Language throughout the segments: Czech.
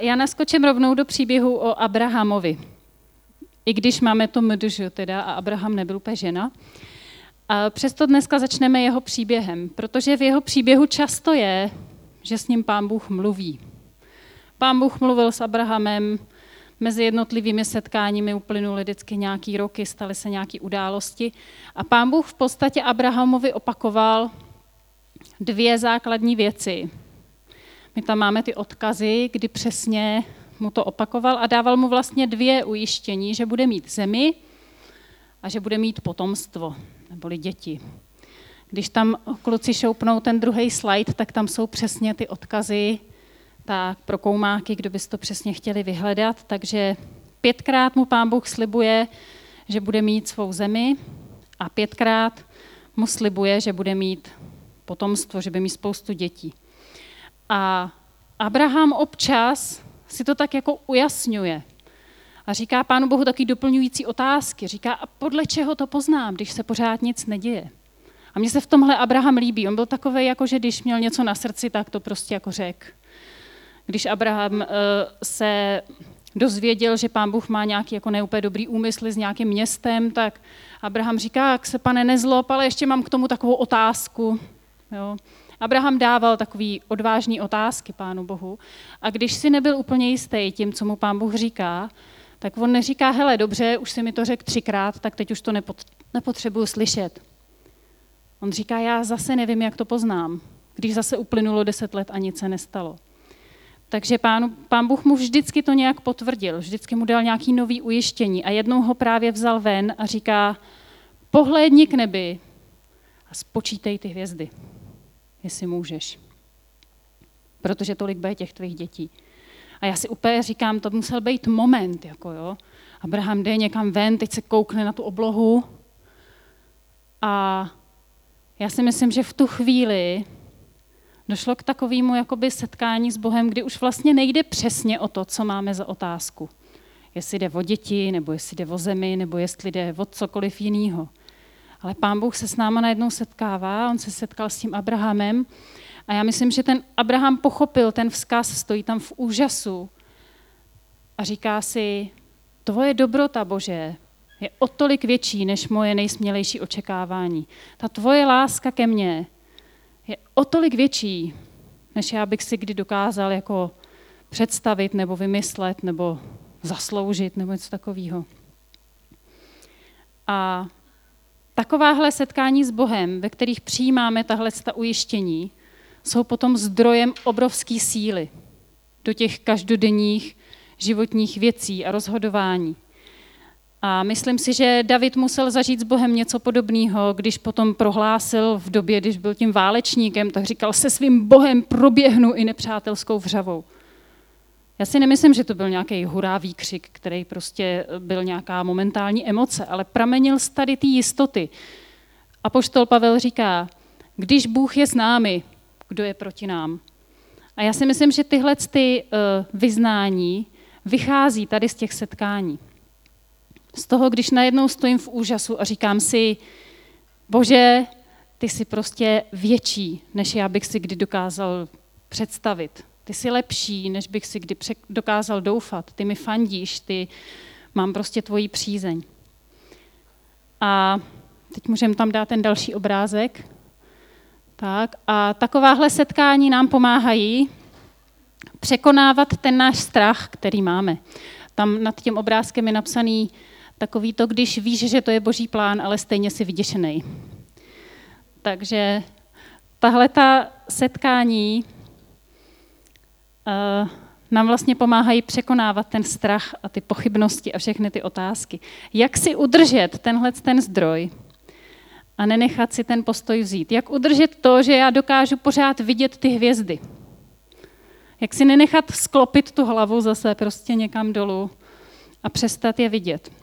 Já naskočím rovnou do příběhu o Abrahamovi. I když máme to mdž teda a Abraham nebyl úplně žena. A přesto dneska začneme jeho příběhem, protože v jeho příběhu často je, že s ním Pán Bůh mluví. Pán Bůh mluvil s Abrahamem, mezi jednotlivými setkáními uplynuly vždycky nějaký roky, staly se nějaké události a Pán Bůh v podstatě Abrahamovi opakoval dvě základní věci. My tam máme ty odkazy, kdy přesně mu to opakoval a dával mu vlastně dvě ujištění, že bude mít zemi a že bude mít potomstvo, neboli děti. Když tam kluci šoupnou ten druhý slide, tak tam jsou přesně ty odkazy tak pro koumáky, kdo by to přesně chtěli vyhledat. Takže 5krát mu Pán Bůh slibuje, že bude mít svou zemi a 5krát mu slibuje, že bude mít potomstvo, že bude mít spoustu dětí. A Abraham občas si to tak jako ujasňuje a říká Pánu Bohu taky doplňující otázky. Říká, a podle čeho to poznám, když se pořád nic neděje? A mně se v tomhle Abraham líbí. On byl takovej, jako že když měl něco na srdci, tak to prostě jako řekl. Když Abraham se dozvěděl, že Pán Bůh má nějaký jako neúplně dobrý úmysly s nějakým městem, tak Abraham říká, jak se pane nezlob, ale ještě mám k tomu takovou otázku. Jo. Abraham dával takový odvážný otázky Pánu Bohu a když si nebyl úplně jistý tím, co mu Pán Bůh říká, tak on neříká, hele, dobře, už si mi to řekl 3krát, tak teď už to nepotřebuju slyšet. On říká, já zase nevím, jak to poznám, když zase uplynulo 10 let a nic se nestalo. Takže Pán Bůh mu vždycky to nějak potvrdil, vždycky mu dal nějaký nový ujištění a jednou ho právě vzal ven a říká, pohlédni k nebi a spočítej ty hvězdy, jestli můžeš, protože tolik bude těch tvých dětí. A já si úplně říkám, to musel být moment, jako jo. Abraham jde někam ven, teď se koukne na tu oblohu a já si myslím, že v tu chvíli došlo k takovému jakoby setkání s Bohem, kdy už vlastně nejde přesně o to, co máme za otázku. Jestli jde o děti, nebo jestli jde o zemi, nebo jestli jde o cokoliv jiného. Ale Pán Bůh se s náma najednou setkává, on se setkal s tím Abrahamem a já myslím, že ten Abraham pochopil ten vzkaz, stojí tam v úžasu a říká si, tvoje dobrota, Bože, je o tolik větší, než moje nejsmělejší očekávání. Ta tvoje láska ke mně je o tolik větší, než já bych si kdy dokázal jako představit nebo vymyslet nebo zasloužit nebo něco takového. A takováhle setkání s Bohem, ve kterých přijímáme tahle ujištění, jsou potom zdrojem obrovské síly do těch každodenních životních věcí a rozhodování. A myslím si, že David musel zažít s Bohem něco podobného, když potom prohlásil v době, když byl tím válečníkem, tak říkal, se svým Bohem proběhnu i nepřátelskou vřavou. Já si nemyslím, že to byl nějaký hurá výkřik, který prostě byl nějaká momentální emoce, ale pramenil z tady té jistoty. Apoštol Pavel říká, když Bůh je s námi, kdo je proti nám? A já si myslím, že tyhle vyznání vychází tady z těch setkání. Z toho, když najednou stojím v úžasu a říkám si, Bože, ty jsi prostě větší, než já bych si kdy dokázal představit. Ty jsi lepší, než bych si kdy dokázal doufat. Ty mi fandíš, mám prostě tvoji přízeň. A teď můžeme tam dát ten další obrázek. Tak, a takováhle setkání nám pomáhají překonávat ten náš strach, který máme. Tam nad tím obrázkem je napsaný takový to, když víš, že to je Boží plán, ale stejně si vyděšenej. Takže tahleta setkání nám vlastně pomáhají překonávat ten strach a ty pochybnosti a všechny ty otázky. Jak si udržet ten zdroj a nenechat si ten postoj vzít? Jak udržet to, že já dokážu pořád vidět ty hvězdy? Jak si nenechat sklopit tu hlavu zase prostě někam dolů a přestat je vidět?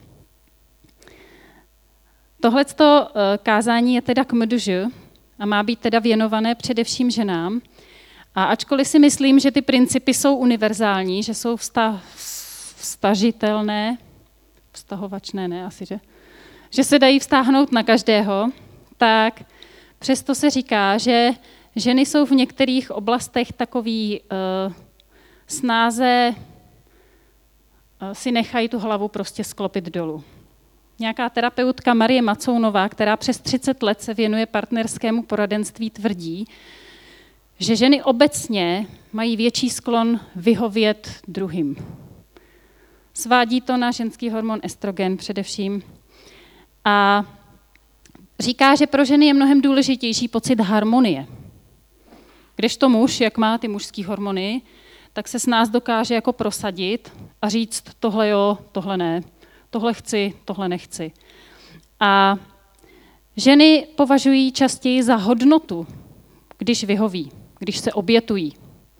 Tohleto kázání je teda k mdž a má být teda věnované především ženám. A ačkoliv si myslím, že ty principy jsou univerzální, že jsou vztažitelné, vztahovačné, ne asi, že se dají vztáhnout na každého, tak přesto se říká, že ženy jsou v některých oblastech takový snáze si nechají tu hlavu prostě sklopit dolů. Nějaká terapeutka Marie Macounová, která přes 30 let se věnuje partnerskému poradenství, tvrdí, že ženy obecně mají větší sklon vyhovět druhým. Svádí to na ženský hormon estrogen především. A říká, že pro ženy je mnohem důležitější pocit harmonie. Kdežto muž, jak má ty mužský hormony, tak se s nás dokáže jako prosadit a říct tohle jo, tohle ne, tohle chci, tohle nechci. A ženy považují častěji za hodnotu, když vyhoví, když se obětují.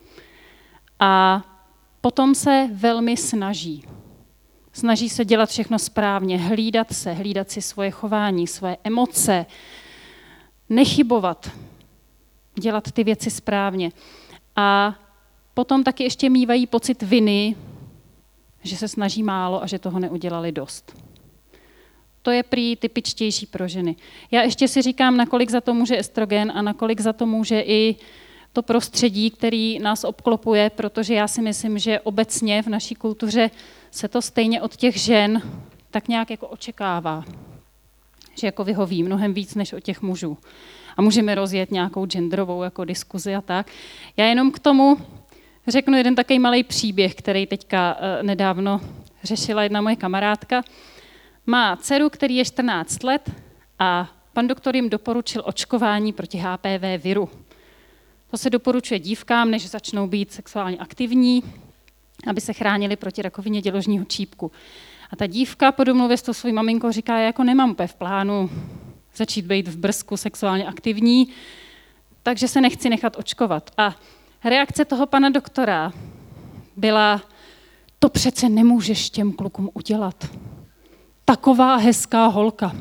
A potom se velmi snaží. Snaží se dělat všechno správně, hlídat si svoje chování, svoje emoce, nechybovat, dělat ty věci správně. A potom taky ještě mívají pocit viny, že se snaží málo a že toho neudělali dost. To je prý typičtější pro ženy. Já ještě si říkám, nakolik za to může estrogen a nakolik za to může i to prostředí, který nás obklopuje, protože já si myslím, že obecně v naší kultuře se to stejně od těch žen tak nějak jako očekává, že jako vyhoví mnohem víc než od těch mužů. A můžeme rozjet nějakou genderovou jako diskuzi a tak. Já jenom k tomu řeknu jeden takový malý příběh, který teďka nedávno řešila jedna moje kamarádka. Má dceru, který je 14 let a pan doktor jim doporučil očkování proti HPV viru. To se doporučuje dívkám, než začnou být sexuálně aktivní, aby se chránili proti rakovině děložního čípku. A ta dívka po domluvě s tou svojí maminkou říká, já jako nemám úplně v plánu začít být v brzku sexuálně aktivní, takže se nechci nechat očkovat. A reakce toho pana doktora byla, to přece nemůžeš těm klukům udělat. Taková hezká holka.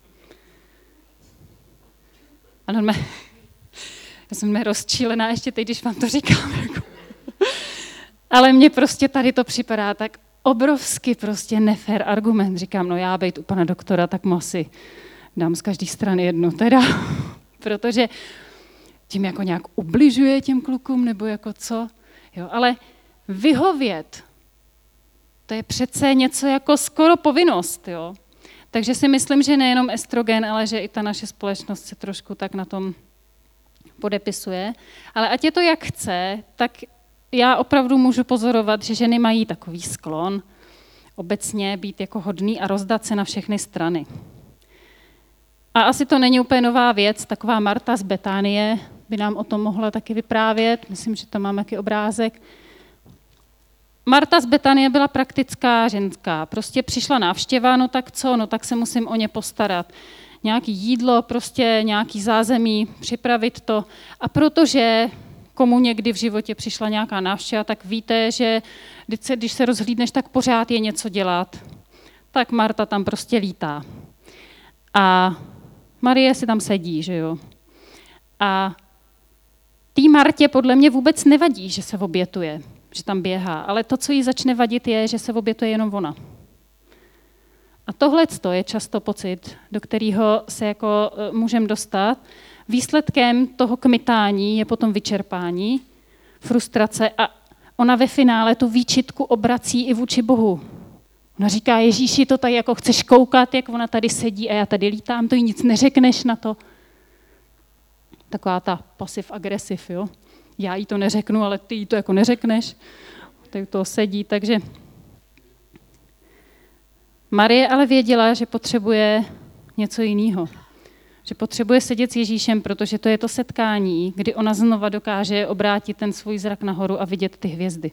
Ano, já jsem rozčílená ještě teď, když vám to říkám. Ale mně prostě tady to připadá tak obrovsky prostě nefér argument. Říkám, no já bejt u pana doktora, tak mu asi dám z každé strany jednu teda. Protože tím jako nějak ubližuje těm klukům, nebo jako co. Jo, ale vyhovět, to je přece něco jako skoro povinnost. Jo. Takže si myslím, že nejenom estrogen, ale že i ta naše společnost se trošku tak na tom podepisuje. Ale ať je to jak chce, tak já opravdu můžu pozorovat, že ženy mají takový sklon obecně být jako hodný a rozdat se na všechny strany. A asi to není úplně nová věc, taková Marta z Betánie by nám o tom mohla taky vyprávět, myslím, že tam mám jaký obrázek. Marta z Betánie byla praktická ženská, prostě přišla návštěva, no tak co, no tak se musím o ně postarat. Nějaký jídlo, prostě nějaký zázemí, připravit to. A protože komu někdy v životě přišla nějaká návštěva, tak víte, že když se rozhlídneš, tak pořád je něco dělat. Tak Marta tam prostě lítá. A Marie si tam sedí, že jo. A té Martě podle mě vůbec nevadí, že se obětuje, že tam běhá. Ale to, co jí začne vadit, je, že se obětuje jenom ona. A tohle je často pocit, do kterého se jako můžeme dostat. Výsledkem toho kmitání je potom vyčerpání, frustrace a ona ve finále tu výčitku obrací i vůči Bohu. Ona říká, Ježíši, to tak jako chceš koukat, jak ona tady sedí a já tady lítám, to jí nic neřekneš na to. Taková ta pasiv-agresiv, jo. Já jí to neřeknu, ale ty jí to jako neřekneš. Tak to sedí, takže Marie ale věděla, že potřebuje něco jiného. Že potřebuje sedět s Ježíšem, protože to je to setkání, kdy ona znova dokáže obrátit ten svůj zrak nahoru a vidět ty hvězdy.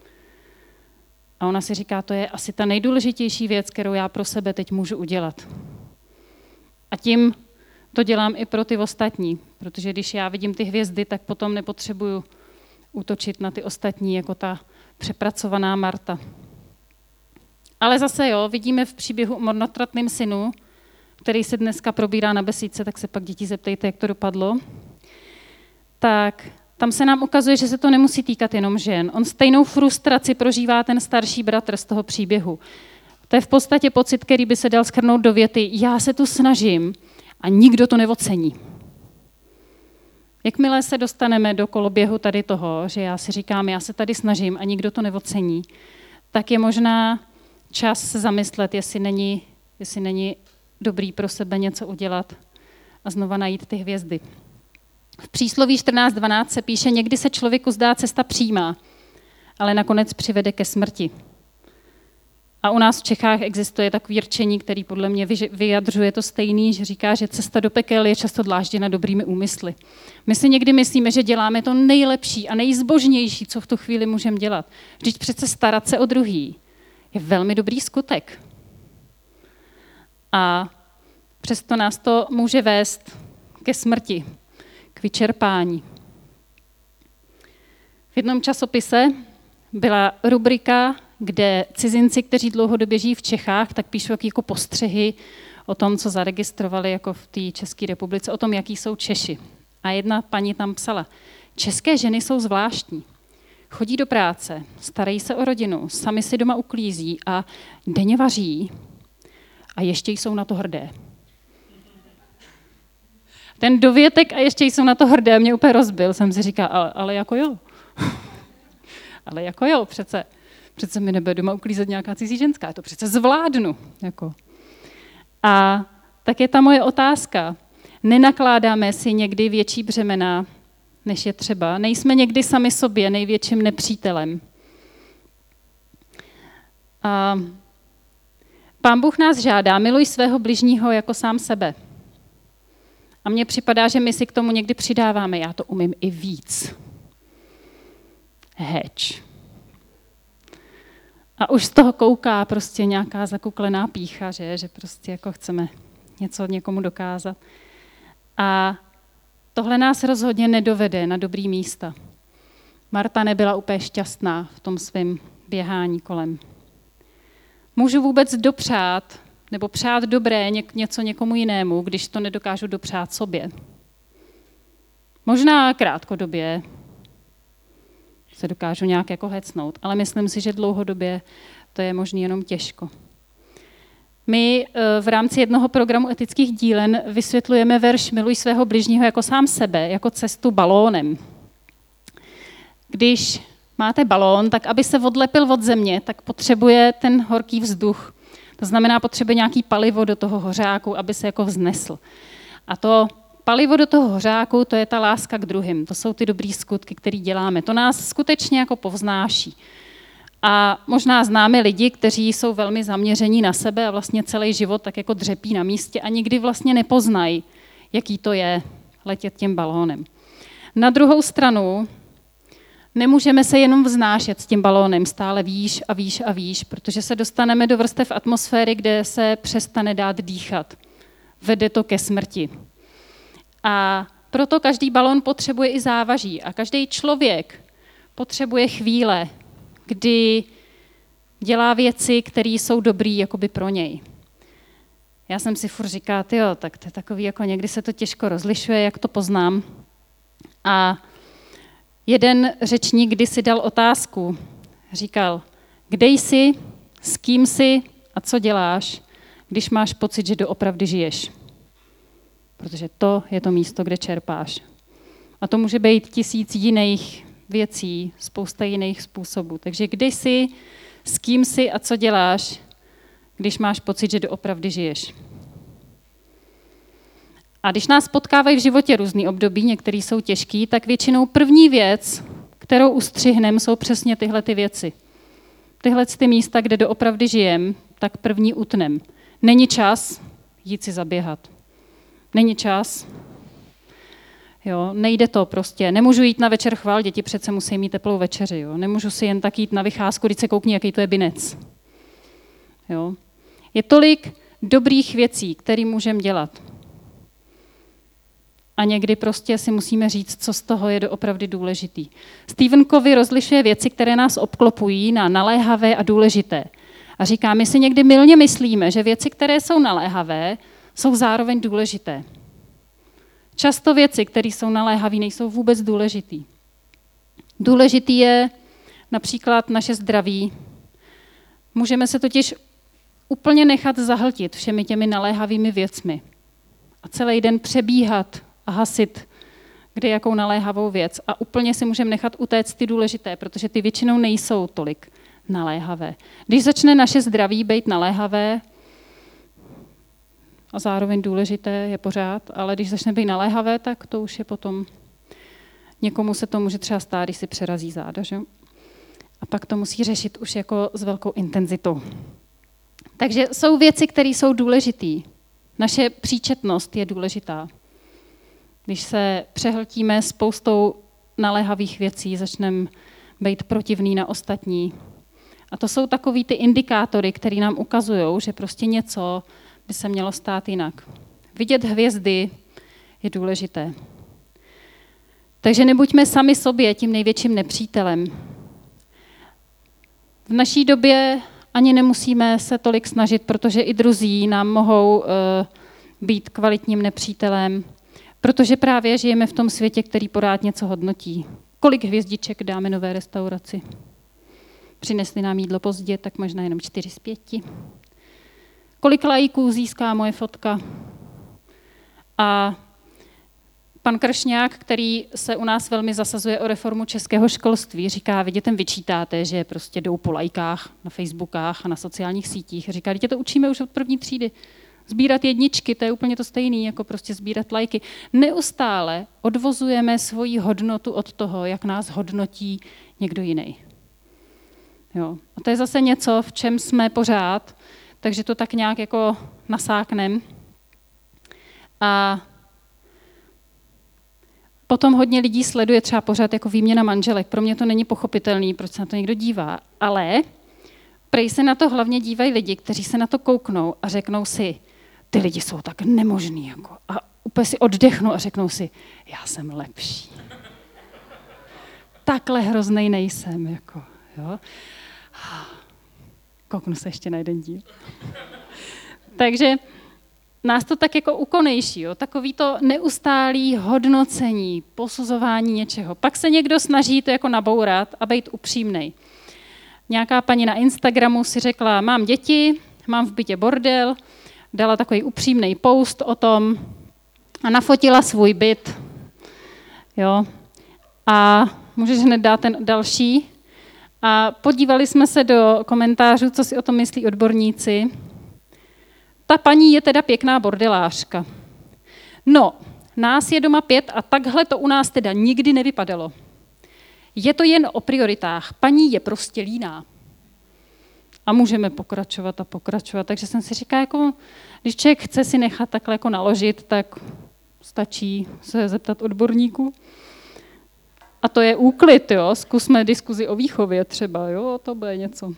A ona si říká, to je asi ta nejdůležitější věc, kterou já pro sebe teď můžu udělat. A tím to dělám i pro ty ostatní, protože když já vidím ty hvězdy, tak potom nepotřebuju útočit na ty ostatní, jako ta přepracovaná Marta. Ale zase jo, vidíme v příběhu o marnotratném synu, který se dneska probírá na besídce, tak se pak děti zeptejte, jak to dopadlo. Tak tam se nám ukazuje, že se to nemusí týkat jenom žen. On stejnou frustraci prožívá ten starší bratr z toho příběhu. To je v podstatě pocit, který by se dal shrnout do věty, já se tu snažím a nikdo to neocení. Jakmile se dostaneme do koloběhu tady toho, že já si říkám, já se tady snažím a nikdo to neocení, tak je možná čas se zamyslet, jestli není dobrý pro sebe něco udělat a znova najít ty hvězdy. V přísloví 14.12 se píše, někdy se člověku zdá cesta přímá, ale nakonec přivede ke smrti. A u nás v Čechách existuje takový rčení, který podle mě vyjadřuje to stejný, že říká, že cesta do pekel je často dlážděna dobrými úmysly. My si někdy myslíme, že děláme to nejlepší a nejzbožnější, co v tu chvíli můžeme dělat. Vždyť přece starat se o druhý je velmi dobrý skutek. A přesto nás to může vést ke smrti, k vyčerpání. V jednom časopise byla rubrika, kde cizinci, kteří dlouhodobě žijí v Čechách, tak píšou jako postřehy o tom, co zaregistrovali jako v té České republice, o tom, jaký jsou Češi. A jedna paní tam psala, české ženy jsou zvláštní. Chodí do práce, starají se o rodinu, sami si doma uklízí a denně vaří a ještě jsou na to hrdé. Ten dovětek a ještě jsou na to hrdé mě úplně rozbil. Jsem si říkala, ale jako jo. Ale jako jo, přece mi nebude doma uklízet nějaká cizí ženská, to přece zvládnu. Jako. A tak je ta moje otázka. Nenakládáme si někdy větší břemena, než je třeba? Nejsme někdy sami sobě největším nepřítelem? A Pán Bůh nás žádá, miluj svého bližního jako sám sebe. A mně připadá, že my si k tomu někdy přidáváme, já to umím i víc. Heč. A už z toho kouká prostě nějaká zakuklená pýcha, že prostě jako chceme něco někomu dokázat. A tohle nás rozhodně nedovede na dobrý místa. Marta nebyla úplně šťastná v tom svém běhání kolem. Můžu vůbec dopřát nebo přát dobré něco někomu jinému, když to nedokážu dopřát sobě. Možná krátkodobě se dokážu nějak jako hecnout, ale myslím si, že dlouhodobě to je možný jenom těžko. My v rámci jednoho programu etických dílen vysvětlujeme verš Miluj svého bližního jako sám sebe, jako cestu balónem. Když máte balón, tak aby se odlepil od země, tak potřebuje ten horký vzduch. To znamená, potřebuje nějaký palivo do toho hořáku, aby se jako vznesl. A to palivo do toho hořáku, to je ta láska k druhým. To jsou ty dobrý skutky, které děláme. To nás skutečně jako povznáší. A možná známe lidi, kteří jsou velmi zaměření na sebe a vlastně celý život tak jako dřepí na místě a nikdy vlastně nepoznají, jaký to je letět tím balónem. Na druhou stranu nemůžeme se jenom vznášet s tím balónem stále výš a výš a výš, protože se dostaneme do vrstev atmosféry, kde se přestane dát dýchat. Vede to ke smrti. A proto každý balón potřebuje i závaží a každý člověk potřebuje chvíle, kdy dělá věci, které jsou dobrý jakoby pro něj. Já jsem si furt říkala, tak to je takový, jako někdy se to těžko rozlišuje, jak to poznám. A jeden řečník kdysi dal otázku, říkal, kde jsi, s kým jsi a co děláš, když máš pocit, že doopravdy žiješ. Protože to je to místo, kde čerpáš. A to může být 1000 jiných věcí, spousta jiných způsobů. Takže kde jsi, s kým jsi a co děláš, když máš pocit, že doopravdy žiješ. A když nás potkávají v životě různý období, některý jsou těžký, tak většinou první věc, kterou ustřihnem, jsou přesně tyhle ty věci. Tyhle ty místa, kde doopravdy žijem, tak první utnem. Není čas jít si zaběhat. Není čas. Jo, nejde to prostě. Nemůžu jít na večer chvál, děti přece musí mít teplou večeři. Jo. Nemůžu si jen tak jít na vycházku, když se koukni, jaký to je binec. Jo. Je tolik dobrých věcí, které můžeme dělat. A někdy prostě si musíme říct, co z toho je doopravdy důležitý. Stephen Covey rozlišuje věci, které nás obklopují, na naléhavé a důležité. A říká, my si někdy mylně myslíme, že věci, které jsou naléhavé, jsou zároveň důležité. Často věci, které jsou naléhavé, nejsou vůbec důležitý. Důležitý je například naše zdraví. Můžeme se totiž úplně nechat zahltit všemi těmi naléhavými věcmi a celý den přebíhat a hasit kde jakou naléhavou věc a úplně si můžeme nechat utéct ty důležité, protože ty většinou nejsou tolik naléhavé. Když začne naše zdraví být naléhavé, a zároveň důležité je pořád, ale když začne být naléhavé, tak to už je potom, někomu se to může třeba stát, když si přerazí záda, že? A pak to musí řešit už jako s velkou intenzitou. Takže jsou věci, které jsou důležité. Naše příčetnost je důležitá. Když se přehltíme spoustou naléhavých věcí, začneme být protivný na ostatní. A to jsou takový ty indikátory, které nám ukazují, že prostě něco by se mělo stát jinak. Vidět hvězdy je důležité. Takže nebuďme sami sobě tím největším nepřítelem. V naší době ani nemusíme se tolik snažit, protože i druzí nám mohou být kvalitním nepřítelem, protože právě žijeme v tom světě, který pořád něco hodnotí. Kolik hvězdiček dáme nové restauraci? Přinesli nám jídlo pozdě, tak možná jenom 4 z 5. Kolik lajků získá moje fotka? A pan Kršňák, který se u nás velmi zasazuje o reformu českého školství, říká, vy dětem vyčítáte, že prostě jdou po lajkách na Facebookách a na sociálních sítích. Říká, dítě to učíme už od 1. třídy. Sbírat jedničky, to je úplně to stejné, jako prostě sbírat lajky. Neustále odvozujeme svoji hodnotu od toho, jak nás hodnotí někdo jiný. Jo. A to je zase něco, v čem jsme pořád, takže to tak nějak jako nasáknem. A potom hodně lidí sleduje třeba pořád jako výměna manželek. Pro mě to není pochopitelný, proč se na to někdo dívá. Ale prej se na to hlavně dívají lidi, kteří se na to kouknou a řeknou si, ty lidi jsou tak nemožný. Jako. A úplně si oddechnou a řeknou si, já jsem lepší. Takhle hroznej nejsem. Jako, jo. Kouknu se ještě na jeden díl. Takže nás to tak jako ukonejší, jo? Takový to neustálý hodnocení, posuzování něčeho. Pak se někdo snaží to jako nabourat a být upřímnej. Nějaká paní na Instagramu si řekla, mám děti, mám v bytě bordel, dala takový upřímnej post o tom a nafotila svůj byt. Jo? A můžeš hned dát ten další. A podívali jsme se do komentářů, co si o tom myslí odborníci. Ta paní je teda pěkná bordelářka. No, nás je doma 5 a takhle to u nás teda nikdy nevypadalo. Je to jen o prioritách. Paní je prostě líná. A můžeme pokračovat a pokračovat. Takže jsem si říkala, jako, když člověk chce si nechat takhle jako naložit, tak stačí se zeptat odborníků. A to je úklid, jo. Zkusme diskuzi o výchově třeba, jo, to bude něco.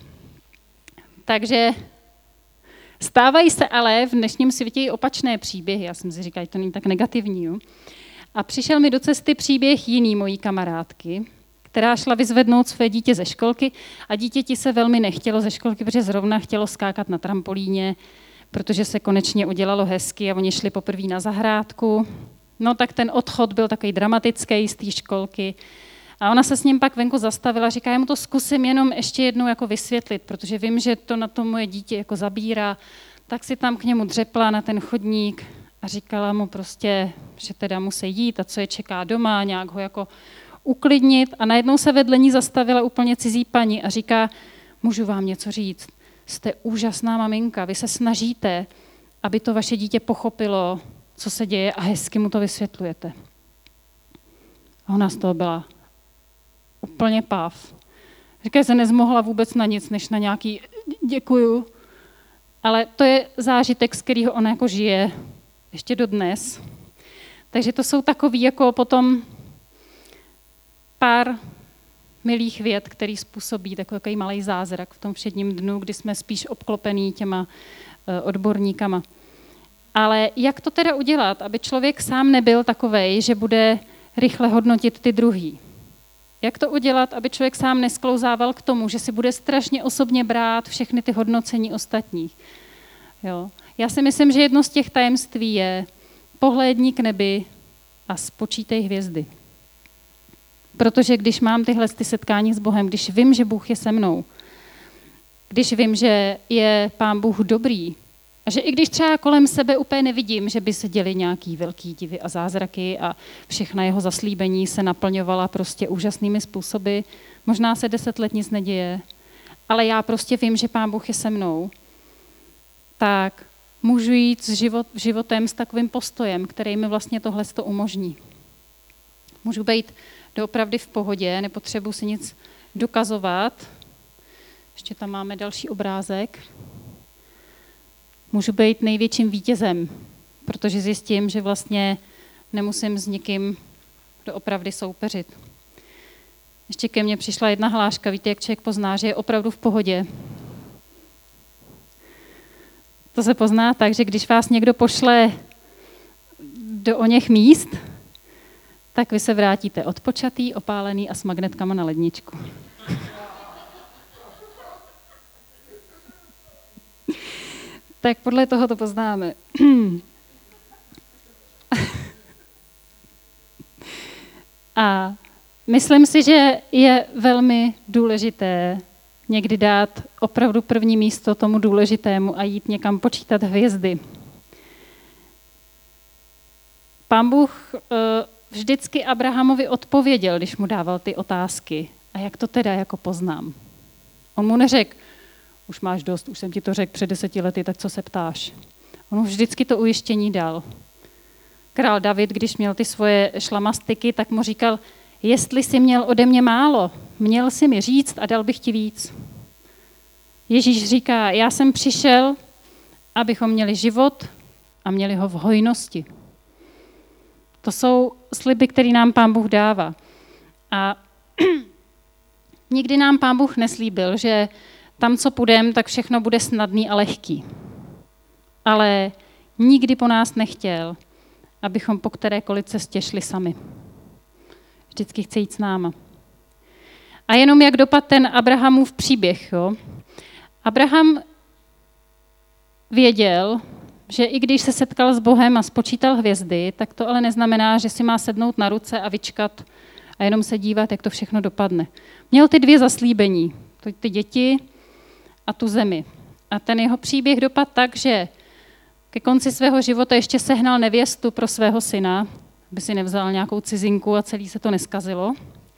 Takže stávají se ale v dnešním světě i opačné příběhy. Já jsem si říkala, že to není tak negativní. Jo. A přišel mi do cesty příběh jiný mojí kamarádky, která šla vyzvednout své dítě ze školky a dítěti se velmi nechtělo ze školky, protože zrovna chtělo skákat na trampolíně, protože se konečně udělalo hezky a oni šli poprvé na zahrádku. No tak ten odchod byl takový dramatický z té školky. A ona se s ním pak venku zastavila a říká, já mu to zkusím jenom ještě jednou jako vysvětlit, protože vím, že to na to moje dítě jako zabírá. Tak si tam k němu dřepla na ten chodník a říkala mu prostě, že teda musí jít a co je čeká doma, nějak ho jako uklidnit. A najednou se vedle ní zastavila úplně cizí paní a říká, můžu vám něco říct, jste úžasná maminka, vy se snažíte, aby to vaše dítě pochopilo, co se děje a hezky mu to vysvětlujete. A ona z toho byla úplně páv. Říká, že se nezmohla vůbec na nic, než na nějaký děkuju. Ale to je zážitek, z kterého ona jako žije ještě dodnes. Takže to jsou takový jako potom pár milých vět, který způsobí takový malý zázrak v tom všedním dnu, kdy jsme spíš obklopený těma odborníkama. Ale jak to teda udělat, aby člověk sám nebyl takovej, že bude rychle hodnotit ty druhý? Jak to udělat, aby člověk sám nesklouzával k tomu, že si bude strašně osobně brát všechny ty hodnocení ostatních? Jo. Já si myslím, že jedno z těch tajemství je pohlédni k nebi a spočítej hvězdy. Protože když mám tyhle setkání s Bohem, když vím, že Bůh je se mnou, když vím, že je Pán Bůh dobrý, a že i když třeba kolem sebe úplně nevidím, že by se děly nějaký velký divy a zázraky a všechna jeho zaslíbení se naplňovala prostě úžasnými způsoby, možná se 10 let nic neděje, ale já prostě vím, že Pán Bůh je se mnou, tak můžu jít životem s takovým postojem, který mi vlastně tohle to umožní. Můžu být doopravdy v pohodě, nepotřebuji si nic dokazovat. Ještě tam máme další obrázek. Můžu být největším vítězem, protože zjistím, že vlastně nemusím s nikým doopravdy soupeřit. Ještě ke mně přišla jedna hláška, víte, jak člověk pozná, že je opravdu v pohodě. To se pozná tak, že když vás někdo pošle do oněch míst, tak vy se vrátíte odpočatý, opálený a s magnetkama na ledničku. Tak podle toho to poznáme. A myslím si, že je velmi důležité někdy dát opravdu první místo tomu důležitému a jít někam počítat hvězdy. Pán Bůh vždycky Abrahamovi odpověděl, když mu dával ty otázky. A jak to teda jako poznám? On mu neřekl, už máš dost, už jsem ti to řekl před 10 lety, tak co se ptáš? On mu vždycky to ujištění dal. Král David, když měl ty svoje šlamastiky, tak mu říkal, jestli jsi měl ode mě málo, měl jsi mi říct a dal bych ti víc. Ježíš říká, já jsem přišel, abychom měli život a měli ho v hojnosti. To jsou sliby, které nám Pán Bůh dává. A nikdy nám Pán Bůh neslíbil, že tam, co půjdeme, tak všechno bude snadný a lehký. Ale nikdy po nás nechtěl, abychom po kterékoliv cestě šli sami. Vždycky chce jít s náma. A jenom jak dopadl ten Abrahamův příběh. Jo? Abraham věděl, že i když se setkal s Bohem a spočítal hvězdy, tak to ale neznamená, že si má sednout na ruce a vyčkat a jenom se dívat, jak to všechno dopadne. Měl ty 2 zaslíbení, ty děti a tu zemi. A ten jeho příběh dopadl tak, že ke konci svého života ještě sehnal nevěstu pro svého syna, aby si nevzal nějakou cizinku a celý se to neskazilo.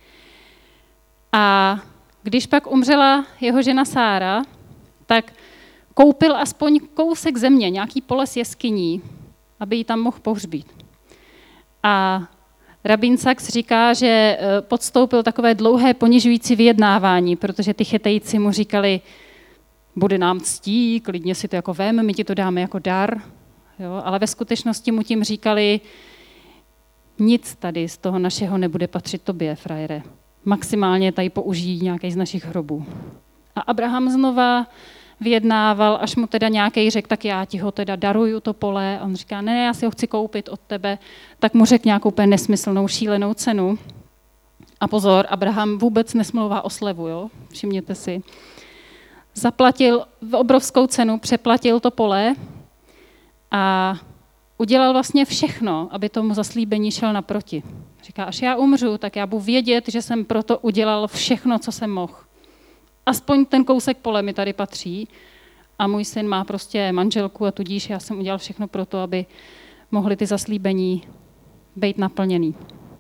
A když pak umřela jeho žena Sára, tak koupil aspoň kousek země, nějaký pole s jeskyní, aby ji tam mohl pohřbít. A rabín Sachs říká, že podstoupil takové dlouhé ponižující vyjednávání, protože ty Chetejci mu říkali, bude nám ctí, klidně si to jako vem, my ti to dáme jako dar. Jo? Ale ve skutečnosti mu tím říkali, nic tady z toho našeho nebude patřit tobě, frajere. Maximálně tady použijí nějaký z našich hrobů. A Abraham znova vyjednával, až mu teda nějaký řekl, tak já ti ho teda daruju to pole. A on říká, ne, já si ho chci koupit od tebe. Tak mu řekl nějakou úplně nesmyslnou, šílenou cenu. A pozor, Abraham vůbec nesmlouvá o slevu, jo? Všimněte si. Zaplatil obrovskou cenu, přeplatil to pole a udělal vlastně všechno, aby tomu zaslíbení šel naproti. Říká, až já umřu, tak já budu vědět, že jsem proto udělal všechno, co jsem mohl. Aspoň ten kousek pole mi tady patří a můj syn má prostě manželku a tudíž já jsem udělal všechno pro to, aby mohly ty zaslíbení být naplněný.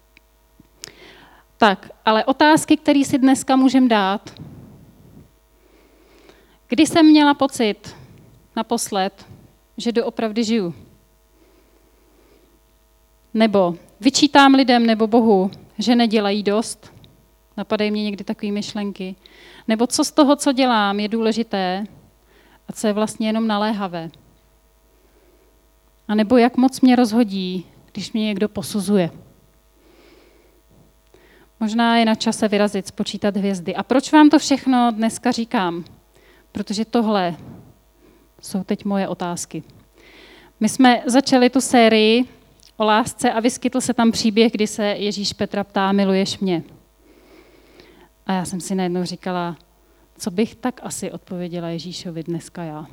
Tak, ale otázky, které si dneska můžeme dát. Kdy jsem měla pocit naposled, že doopravdy žiju? Nebo vyčítám lidem nebo Bohu, že nedělají dost? Napadají mě někdy takové myšlenky. Nebo co z toho, co dělám, je důležité a co je vlastně jenom naléhavé? A nebo jak moc mě rozhodí, když mě někdo posuzuje? Možná je na čase vyrazit, spočítat hvězdy. A proč vám to všechno dneska říkám? Protože tohle jsou teď moje otázky. My jsme začali tu sérii o lásce a vyskytl se tam příběh, kdy se Ježíš Petra ptá, miluješ mě? A já jsem si najednou říkala, co bych tak asi odpověděla Ježíšovi dneska já.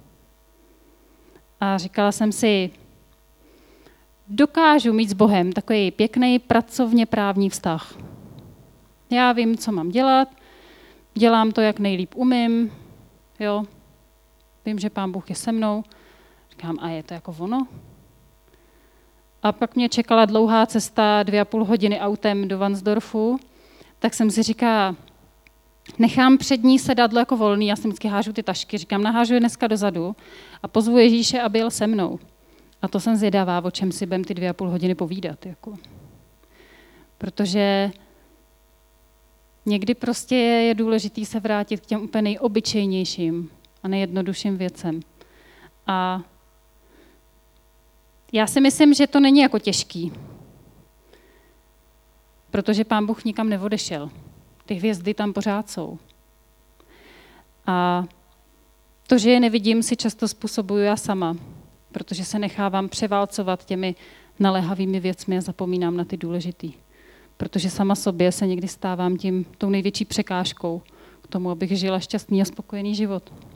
A říkala jsem si, dokážu mít s Bohem takový pěkný pracovně právní vztah. Já vím, co mám dělat, dělám to, jak nejlíp umím, jo. Vím, že Pán Bůh je se mnou. Říkám, a je to jako ono? A pak mě čekala dlouhá cesta 2,5 hodiny autem do Vansdorfu, tak jsem si říkala, Nechám před ní sedadlo jako volný, já si vždycky hážu ty tašky, říkám, nahážu je dneska dozadu a pozvu Ježíše, aby jel se mnou. A to jsem zvědavá, o čem si budem ty 2,5 hodiny povídat. Jako. Protože někdy prostě je důležitý se vrátit k těm úplně nejobyčejnějším a nejjednodušším věcem. A já si myslím, že to není jako těžký, protože Pán Bůh nikam neodešel. Ty hvězdy tam pořád jsou. A to, že je nevidím, si často způsobuju já sama, protože se nechávám převálcovat těmi naléhavými věcmi a zapomínám na ty důležitý. Protože sama sobě se někdy stávám tou největší překážkou k tomu, abych žila šťastný a spokojený život.